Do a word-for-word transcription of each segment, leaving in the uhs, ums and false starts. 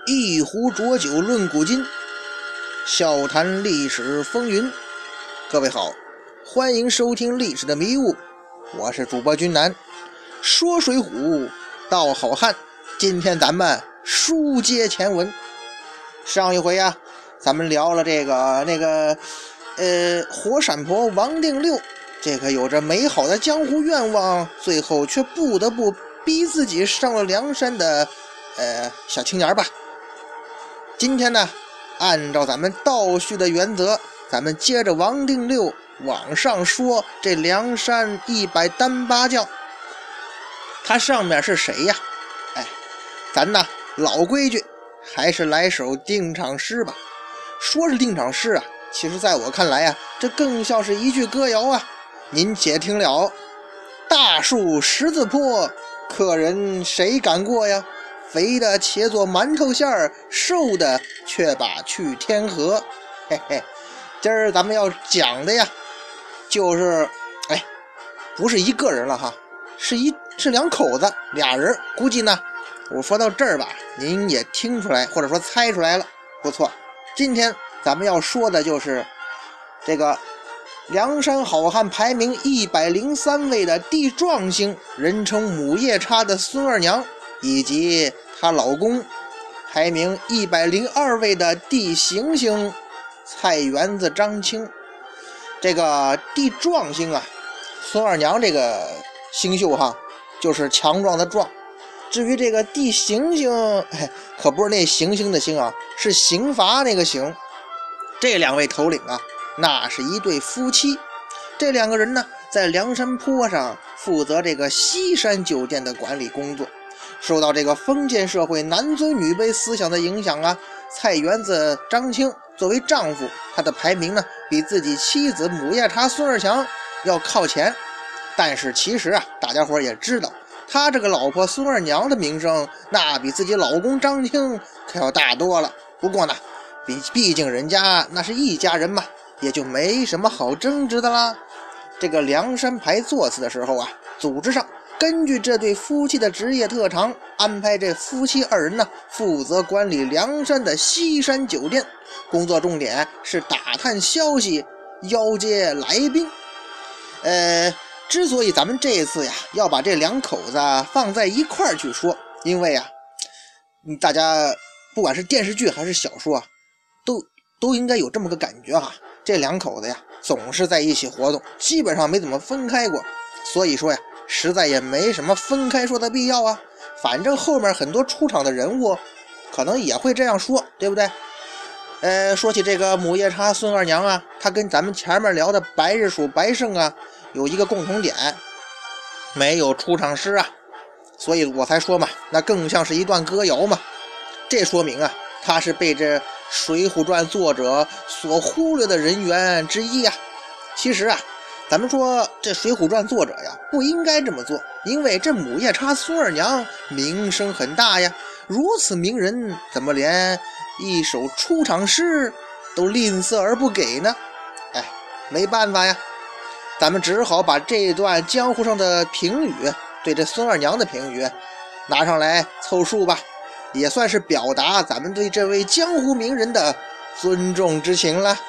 一壶浊酒论古今，笑谈历史风云。各位好，欢迎收听历史的迷雾，我是主播君南。说水浒道好汉，今天咱们书接前文。上一回啊，咱们聊了这个那个呃火闪婆王定六，这个有着美好的江湖愿望，最后却不得不逼自己上了梁山的呃小青年吧。今天呢，按照咱们倒叙的原则，咱们接着王定六往上说这梁山一百单八将。他上面是谁呀？哎，咱呢老规矩，还是来首定场诗吧。说是定场诗啊，其实在我看来啊，这更像是一句歌谣啊。您且听了：大树十字坡，客人谁敢过呀？肥的且做馒头馅儿，瘦的却把去天河。嘿嘿，今儿咱们要讲的呀，就是哎，不是一个人了哈，是一是两口子，俩人。估计呢，我说到这儿吧，您也听出来，或者说猜出来了。不错，今天咱们要说的就是这个梁山好汉排名一百零三位的地壮星，人称母夜叉的孙二娘，以及她老公排名一百零二位的地行星菜园子张青。这个地壮星啊，孙二娘这个星宿哈，就是强壮的壮。至于这个地行星，哎，可不是那行星的星啊，是刑罚那个刑。这两位头领啊，那是一对夫妻。这两个人呢，在梁山坡上负责这个西山酒店的管理工作。受到这个封建社会男尊女卑思想的影响啊，菜园子张青作为丈夫，他的排名呢比自己妻子母夜叉孙二强要靠前。但是其实啊，大家伙也知道，他这个老婆孙二娘的名声那比自己老公张青可要大多了。不过呢，毕毕竟人家那是一家人嘛，也就没什么好争执的啦。这个梁山牌座次的时候啊，组织上根据这对夫妻的职业特长，安排这夫妻二人呢负责管理梁山的西山酒店，工作重点是打探消息，邀接来宾。呃，之所以咱们这次呀要把这两口子放在一块儿去说，因为啊，大家不管是电视剧还是小说啊，都都应该有这么个感觉哈，这两口子呀总是在一起活动，基本上没怎么分开过。所以说呀，实在也没什么分开说的必要啊。反正后面很多出场的人物可能也会这样说，对不对？呃，说起这个母夜叉孙二娘啊，她跟咱们前面聊的白日鼠白胜啊有一个共同点，没有出场诗啊，所以我才说嘛，那更像是一段歌谣嘛。这说明啊，他是被这《水浒传》作者所忽略的人员之一啊。其实啊，咱们说这《水浒传》作者呀不应该这么做，因为这母夜叉孙二娘名声很大呀，如此名人怎么连一首出场诗都吝啬而不给呢？哎，没办法呀，咱们只好把这段江湖上的评语，对这孙二娘的评语拿上来凑数吧，也算是表达咱们对这位江湖名人的尊重之情了。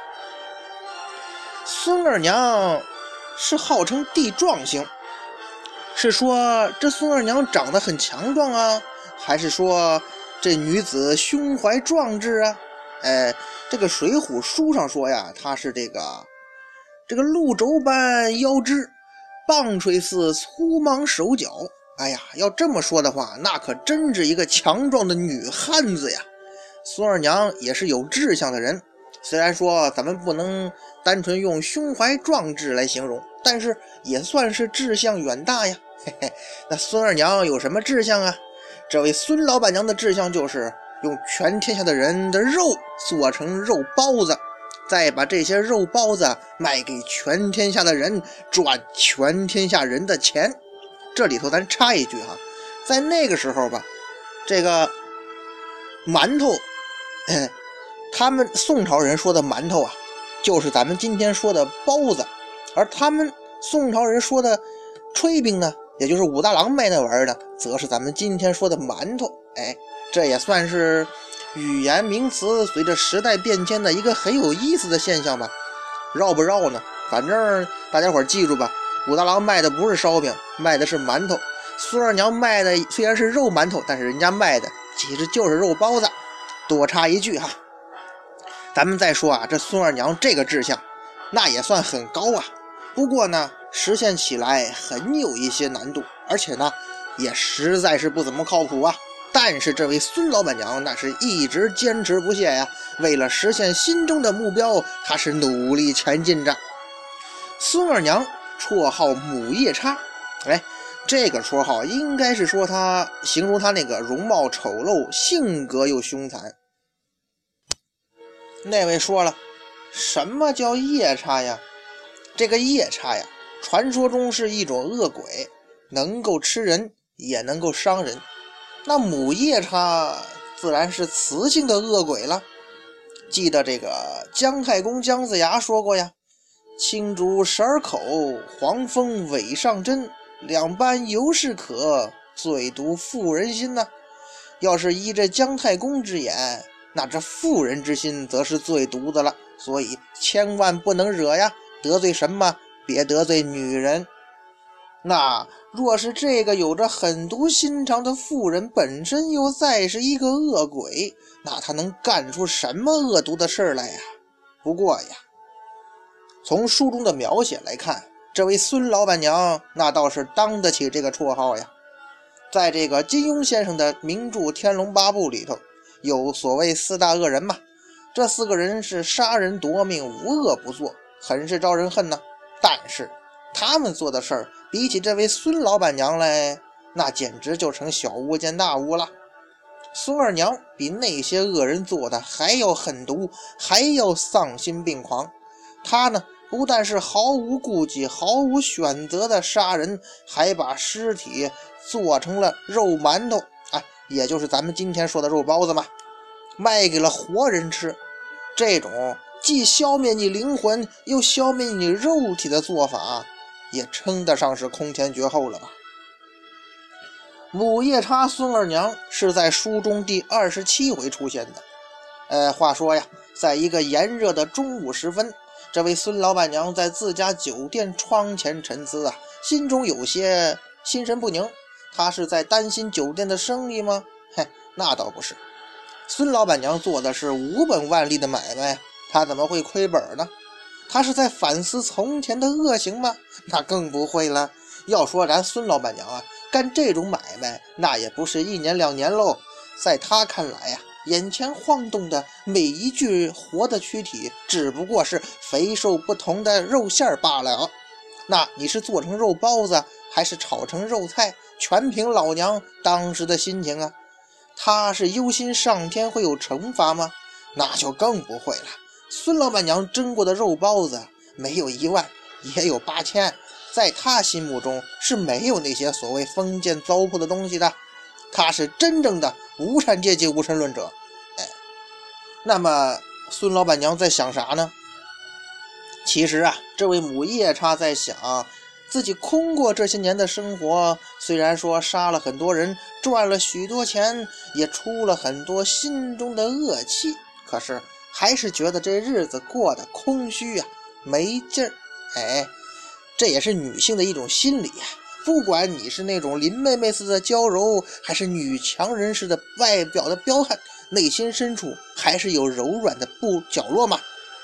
孙二娘是号称地壮星，是说这孙二娘长得很强壮啊，还是说这女子胸怀壮志啊？哎，这个水浒书上说呀，她是这个这个鹿轴般腰肢，棒槌似粗莽手脚。哎呀，要这么说的话，那可真是一个强壮的女汉子呀。孙二娘也是有志向的人，虽然说咱们不能单纯用胸怀壮志来形容，但是也算是志向远大呀。嘿嘿，那孙二娘有什么志向啊？这位孙老板娘的志向就是用全天下的人的肉做成肉包子，再把这些肉包子卖给全天下的人，赚全天下人的钱。这里头咱插一句哈，在那个时候吧，这个馒头，哎，他们宋朝人说的馒头啊，就是咱们今天说的包子，而他们宋朝人说的炊饼呢，也就是武大郎卖那玩意儿呢，则是咱们今天说的馒头。哎， 这也算是语言名词随着时代变迁的一个很有意思的现象吧。绕不绕呢？反正大家伙记住吧，武大郎卖的不是烧饼，卖的是馒头。孙二娘卖的虽然是肉馒头，但是人家卖的其实就是肉包子。多插一句哈，咱们再说啊，这孙二娘这个志向那也算很高啊，不过呢实现起来很有一些难度，而且呢也实在是不怎么靠谱啊。但是这位孙老板娘那是一直坚持不懈呀，为了实现心中的目标，她是努力前进着。孙二娘绰号母夜叉，哎，这个绰号应该是说她形容她那个容貌丑陋，性格又凶残。那位说了，什么叫夜叉呀？这个夜叉呀，传说中是一种恶鬼，能够吃人也能够伤人。那母夜叉自然是雌性的恶鬼了。记得这个姜太公姜子牙说过呀，青竹十二口，黄蜂尾上针，两般犹是可，最毒妇人心呐、啊。要是依这姜太公之言，那这妇人之心则是最毒的了，所以千万不能惹呀，得罪什么？别得罪女人。那若是这个有着狠毒心肠的妇人本身又再是一个恶鬼，那他能干出什么恶毒的事来呀？不过呀，从书中的描写来看，这位孙老板娘那倒是当得起这个绰号呀。在这个金庸先生的名著《天龙八部》里头，有所谓四大恶人嘛，这四个人是杀人夺命，无恶不作，很是招人恨呢。但是他们做的事儿比起这位孙老板娘来，那简直就成小巫见大巫了。孙二娘比那些恶人做的还要狠毒，还要丧心病狂。她呢，不但是毫无顾忌、毫无选择的杀人，还把尸体做成了肉馒头啊，也就是咱们今天说的肉包子嘛，卖给了活人吃。这种既消灭你灵魂又消灭你肉体的做法，也称得上是空前绝后了吧。母夜叉孙二娘是在书中第二十七回出现的。呃，话说呀，在一个炎热的中午时分，这位孙老板娘在自家酒店窗前沉思啊，心中有些心神不宁。她是在担心酒店的生意吗？嘿，那倒不是。孙老板娘做的是无本万利的买卖，她怎么会亏本呢？她是在反思从前的恶行吗？那更不会了。要说咱孙老板娘啊，干这种买卖那也不是一年两年喽。在她看来呀、啊，眼前晃动的每一具活的躯体只不过是肥瘦不同的肉馅罢了。那你是做成肉包子还是炒成肉菜，全凭老娘当时的心情啊。她是忧心上天会有惩罚吗？那就更不会了。孙老板娘蒸过的肉包子没有一万也有八千，在她心目中是没有那些所谓封建糟粕的东西的。她是真正的无产阶级无神论者。哎，那么孙老板娘在想啥呢？其实啊，这位母夜叉在想，自己空过这些年的生活，虽然说杀了很多人，赚了许多钱，也出了很多心中的恶气，可是还是觉得这日子过得空虚啊，没劲儿。哎，这也是女性的一种心理啊。不管你是那种林妹妹似的娇柔，还是女强人似的外表的彪悍，内心深处还是有柔软的不角落嘛。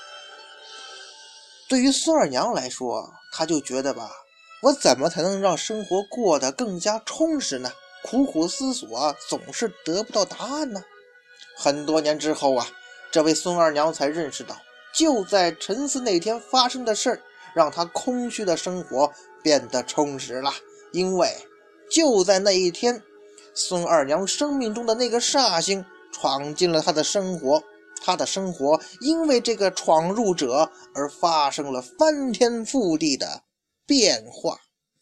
对于孙二娘来说，她就觉得吧，我怎么才能让生活过得更加充实呢？苦苦思索，总是得不到答案呢。很多年之后啊，这位孙二娘才认识到，就在沉思那天发生的事儿，让她空虚的生活变得充实了。因为就在那一天，孙二娘生命中的那个煞星闯进了她的生活，她的生活因为这个闯入者而发生了翻天覆地的变化。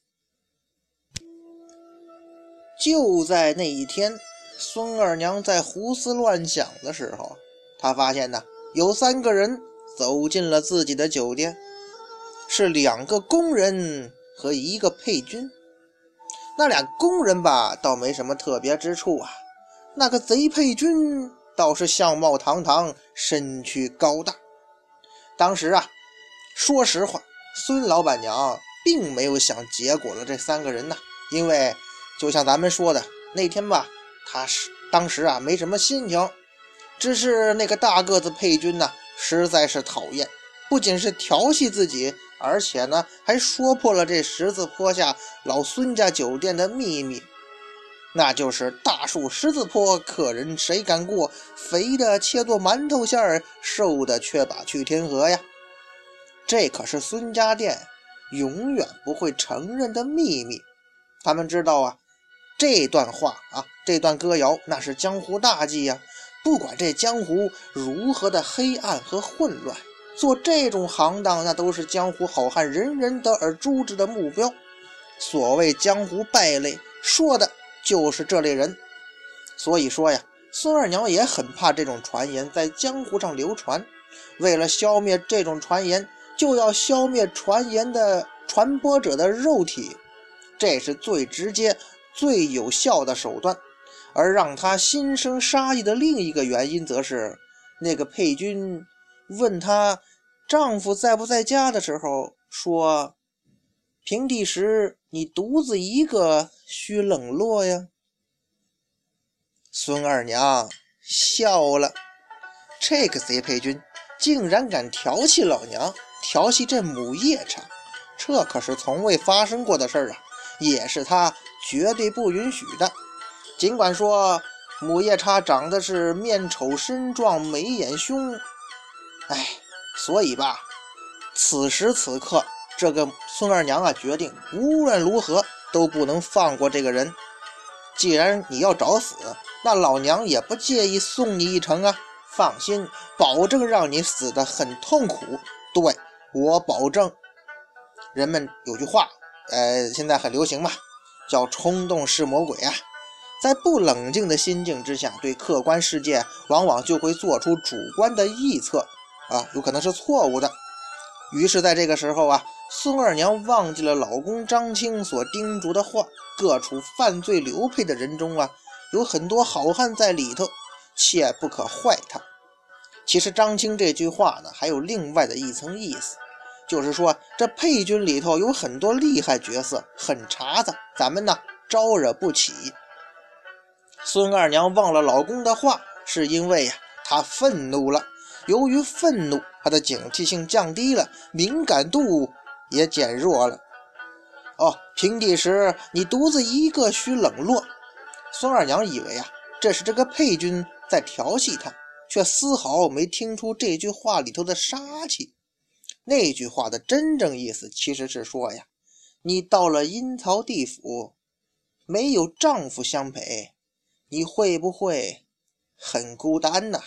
就在那一天，孙二娘在胡思乱想的时候，她发现呢，有三个人走进了自己的酒店，是两个工人和一个配军。那俩工人吧，倒没什么特别之处啊， 那个贼沛君倒是相貌堂堂，身躯高大。当时啊，说实话，孙老板娘并没有想结果了这三个人呢，因为就像咱们说的那天吧，他是当时啊没什么心情，只是那个大个子沛君呢实在是讨厌，不仅是调戏自己，而且呢还说破了这十字坡下老孙家酒店的秘密，那就是大树十字坡，客人谁敢过，肥的切做馒头馅儿，瘦的却把去天河呀。这可是孙家店永远不会承认的秘密。他们知道啊，这段话啊，这段歌谣那是江湖大忌呀。不管这江湖如何的黑暗和混乱，做这种行当那都是江湖好汉人人得而诛之的目标。所谓江湖败类，说的就是这类人。所以说呀，孙二娘也很怕这种传言在江湖上流传，为了消灭这种传言，就要消灭传言的传播者的肉体，这是最直接最有效的手段。而让他心生杀意的另一个原因，则是那个沛君问她丈夫在不在家的时候说，平地时你独自一个须冷落呀。孙二娘笑了，这个贼沛君竟然敢调戏老娘，调戏这母夜叉，这可是从未发生过的事儿啊，也是他绝对不允许的。尽管说母夜叉长得是面丑身壮眉眼凶，哎，所以吧，此时此刻这个孙二娘啊决定无论如何都不能放过这个人。既然你要找死，那老娘也不介意送你一程啊，放心，保证让你死得很痛苦，对，我保证。人们有句话呃，现在很流行嘛，叫冲动是魔鬼啊。在不冷静的心境之下，对客观世界往往就会做出主观的臆测啊，有可能是错误的。于是在这个时候啊，孙二娘忘记了老公张青所叮嘱的话，各处犯罪流配的人中啊，有很多好汉在里头，切不可坏他。其实张青这句话呢，还有另外的一层意思，就是说这沛君里头有很多厉害角色，狠茬子，咱们呢招惹不起。孙二娘忘了老公的话，是因为呀、啊，她愤怒了。由于愤怒，她的警惕性降低了，敏感度也减弱了。哦，平地时你独自一个须冷落。孙二娘以为啊，这是这个沛君在调戏她，却丝毫没听出这句话里头的杀气。那句话的真正意思其实是说呀，你到了阴曹地府，没有丈夫相陪，你会不会很孤单呢？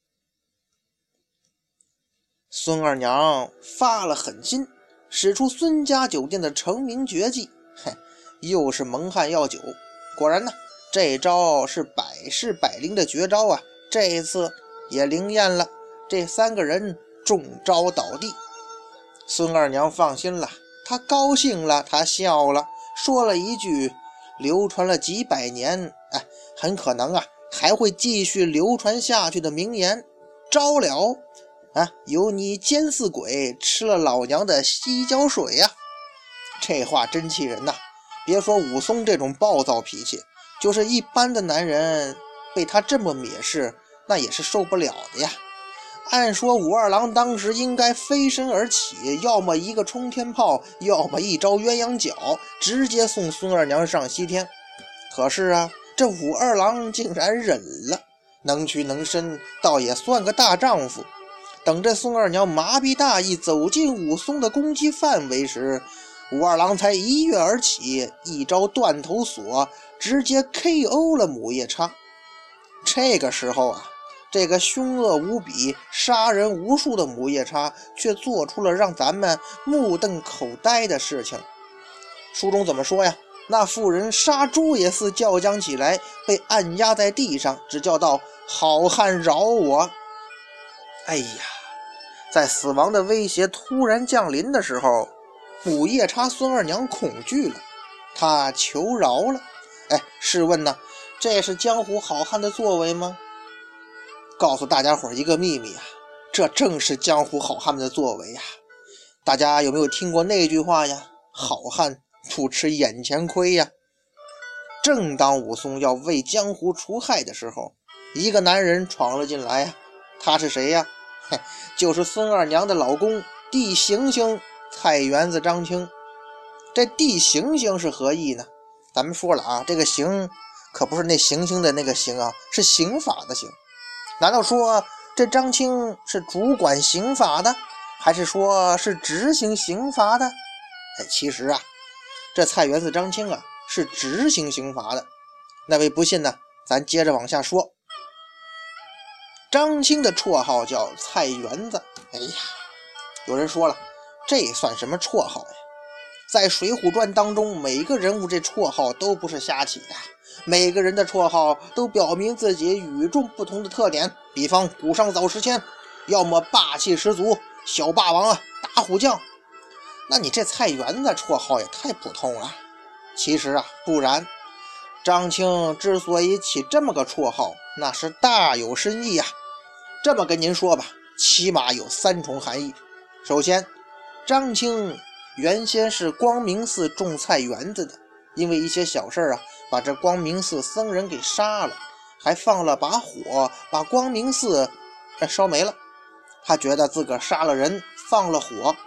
孙二娘发了狠心，使出孙家酒店的成名绝技，嘿，又是蒙汗药酒。果然呢，这招是百试百灵的绝招啊！这一次也灵验了，这三个人中招倒地。孙二娘放心了，她高兴了，她笑了，说了一句流传了几百年，哎，很可能啊还会继续流传下去的名言：招了啊，有你奸似鬼，吃了老娘的西郊水呀、啊！这话真气人呐！别说武松这种暴躁脾气，就是一般的男人被他这么蔑视，那也是受不了的呀。按说武二郎当时应该飞身而起，要么一个冲天炮，要么一招鸳鸯脚，直接送孙二娘上西天。可是啊，这武二郎竟然忍了，能屈能伸，倒也算个大丈夫。等这孙二娘麻痹大意走进武松的攻击范围时，武二郎才一跃而起，一招断头锁直接 K O 了母夜叉。这个时候啊，这个凶恶无比杀人无数的母夜叉却做出了让咱们目瞪口呆的事情。书中怎么说呀？那妇人杀猪也似叫将起来，被按压在地上，只叫道：好汉饶我！哎呀，在死亡的威胁突然降临的时候，母夜叉孙二娘恐惧了，她求饶了。哎，试问呢， 这是江湖好汉的作为吗？告诉大家伙一个秘密啊，这正是江湖好汉们的作为呀。大家有没有听过那句话呀？好汉不吃眼前亏呀。正当武松要为江湖除害的时候，一个男人闯了进来呀。他是谁呀？就是孙二娘的老公地行星菜园子张青。这地行星是何意呢？咱们说了啊，这个刑可不是那行星的那个刑啊，是刑法的刑。难道说这张青是主管刑法的，还是说是执行刑罚的？哎，其实啊，这菜园子张青啊是执行刑罚的。那位不信呢，咱接着往下说。张青的绰号叫菜园子。哎呀，有人说了，这算什么绰号呀？在《水浒传》当中，每个人物这绰号都不是瞎起的，每个人的绰号都表明自己与众不同的特点。比方古上早时迁，要么霸气十足，小霸王啊，打虎将。那你这菜园子绰号也太普通了。其实啊，不然。张青之所以起这么个绰号，那是大有深意啊。这么跟您说吧，起码有三重含义。首先，张青原先是光明寺种菜园子的，因为一些小事啊，把这光明寺僧人给杀了，还放了把火，把光明寺烧没了。他觉得自个儿杀了人，放了火，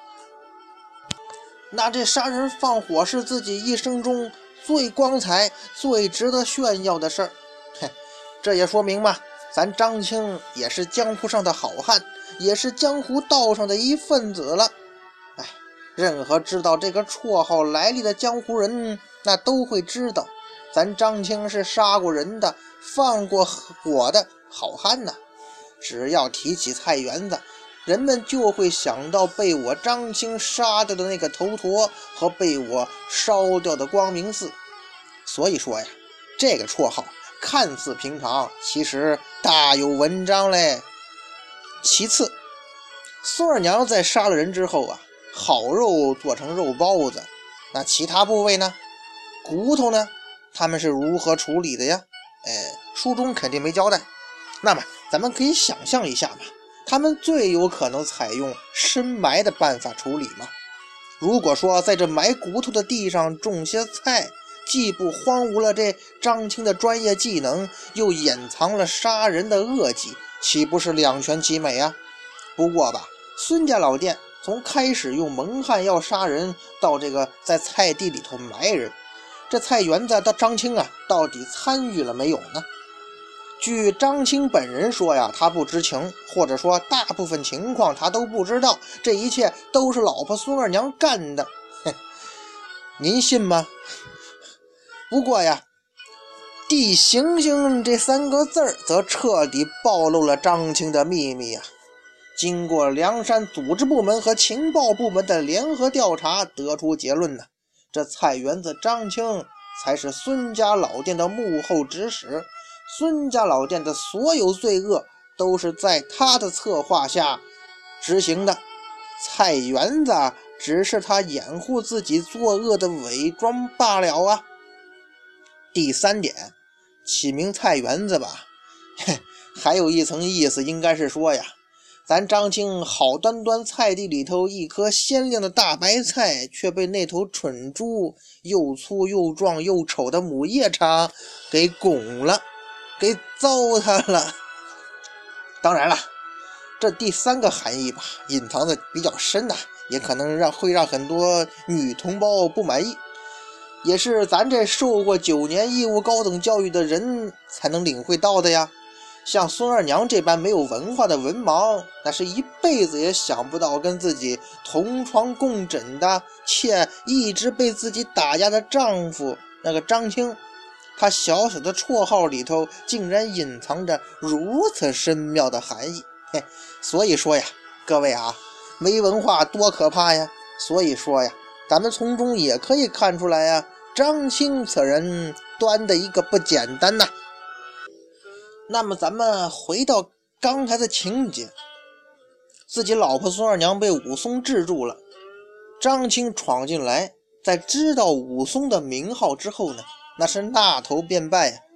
那这杀人放火是自己一生中最光彩、最值得炫耀的事儿。这也说明嘛，咱张青也是江湖上的好汉，也是江湖道上的一份子了。哎，任何知道这个绰号来历的江湖人，那都会知道，咱张青是杀过人的、放过火的好汉呢。只要提起菜园子，人们就会想到被我张青杀掉的那个头陀和被我烧掉的光明寺。所以说呀，这个绰号看似平常，其实大有文章嘞。其次，孙二娘在杀了人之后啊，好肉做成肉包子，那其他部位呢？骨头呢？他们是如何处理的呀？哎，书中肯定没交代。那么咱们可以想象一下嘛，他们最有可能采用深埋的办法处理嘛。如果说在这埋骨头的地上种些菜，既不荒芜了这张青的专业技能，又掩藏了杀人的恶迹，岂不是两全其美啊？不过吧，孙家老店从开始用蒙汗药杀人，到这个在菜地里头埋人，这菜园子的张青啊，到底参与了没有呢？据张青本人说呀，他不知情，或者说大部分情况他都不知道，这一切都是老婆孙二娘干的。您信吗？不过呀，地行星这三个字儿则彻底暴露了张青的秘密啊。经过梁山组织部门和情报部门的联合调查，得出结论呢，这菜园子张青才是孙家老店的幕后指使，孙家老店的所有罪恶都是在他的策划下执行的，菜园子只是他掩护自己作恶的伪装罢了啊。第三点，起名菜园子吧，还有一层意思，应该是说呀，咱张青好端端菜地里头一颗鲜亮的大白菜，却被那头蠢猪又粗又壮又丑的母夜叉给拱了，给糟蹋了。当然了，这第三个含义吧，隐藏的比较深呐、啊，也可能让会让很多女同胞不满意，也是咱这受过九年义务高等教育的人才能领会到的呀。像孙二娘这般没有文化的文盲，那是一辈子也想不到跟自己同床共枕的，且一直被自己打压的丈夫那个张青，他小小的绰号里头竟然隐藏着如此深妙的含义。嘿，所以说呀，各位啊，没文化多可怕呀！所以说呀，咱们从中也可以看出来呀，张青此人端的一个不简单呐。那么咱们回到刚才的情节，自己老婆孙二娘被武松制住了，张青闯进来，在知道武松的名号之后呢，那是纳头便拜呀，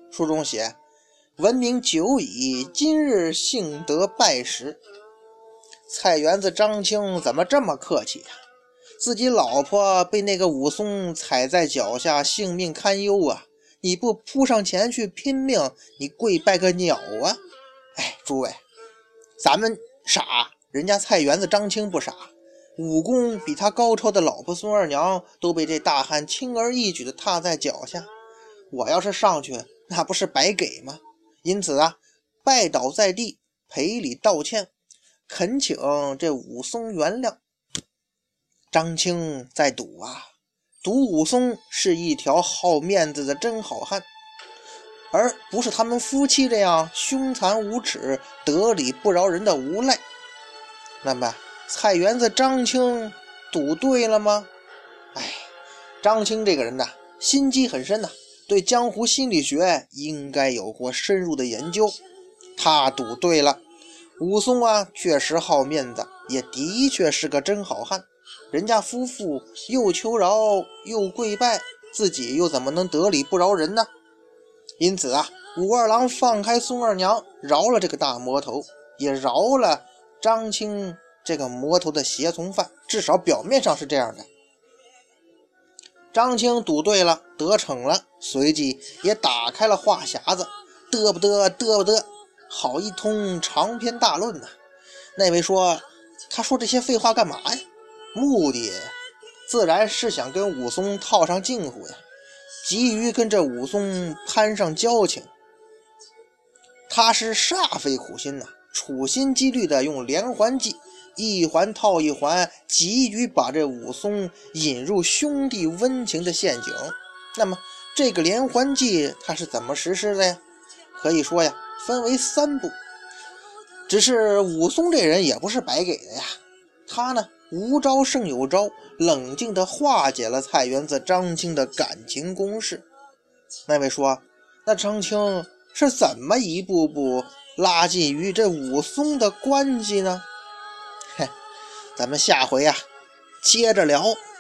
书中写闻名久矣，今日幸得拜时。菜园子张青怎么这么客气呀、啊？自己老婆被那个武松踩在脚下，性命堪忧啊！你不扑上前去拼命，你跪拜个鸟啊！哎，诸位，咱们傻，人家菜园子张青不傻，武功比他高超的老婆孙二娘都被这大汉轻而易举地踏在脚下。我要是上去，那不是白给吗？因此啊，拜倒在地，赔礼道歉，恳请这武松原谅。张青在赌啊，赌武松是一条好面子的真好汉，而不是他们夫妻这样凶残无耻、得理不饶人的无赖。那么菜园子张青赌对了吗？哎，张青这个人呢，心机很深呐、啊，对江湖心理学应该有过深入的研究。他赌对了，武松啊确实好面子，也的确是个真好汉。人家夫妇又求饶又跪拜，自己又怎么能得理不饶人呢？因此啊，武二郎放开孙二娘，饶了这个大魔头，也饶了张青这个魔头的胁从犯，至少表面上是这样的。张青赌对了，得逞了，随即也打开了话匣子，嘚不嘚嘚不嘚，好一通长篇大论啊。那位说，他说这些废话干嘛呀？目的自然是想跟武松套上近乎呀，急于跟这武松攀上交情。他是煞费苦心呐、啊，处心积虑的用连环计，一环套一环，急于把这武松引入兄弟温情的陷阱。那么这个连环计他是怎么实施的呀？可以说呀，分为三步。只是武松这人也不是白给的呀，他呢无招胜有招，冷静地化解了菜园子张青的感情攻势。那位说，那张青是怎么一步步拉近与这武松的关系呢？嘿，咱们下回啊接着聊。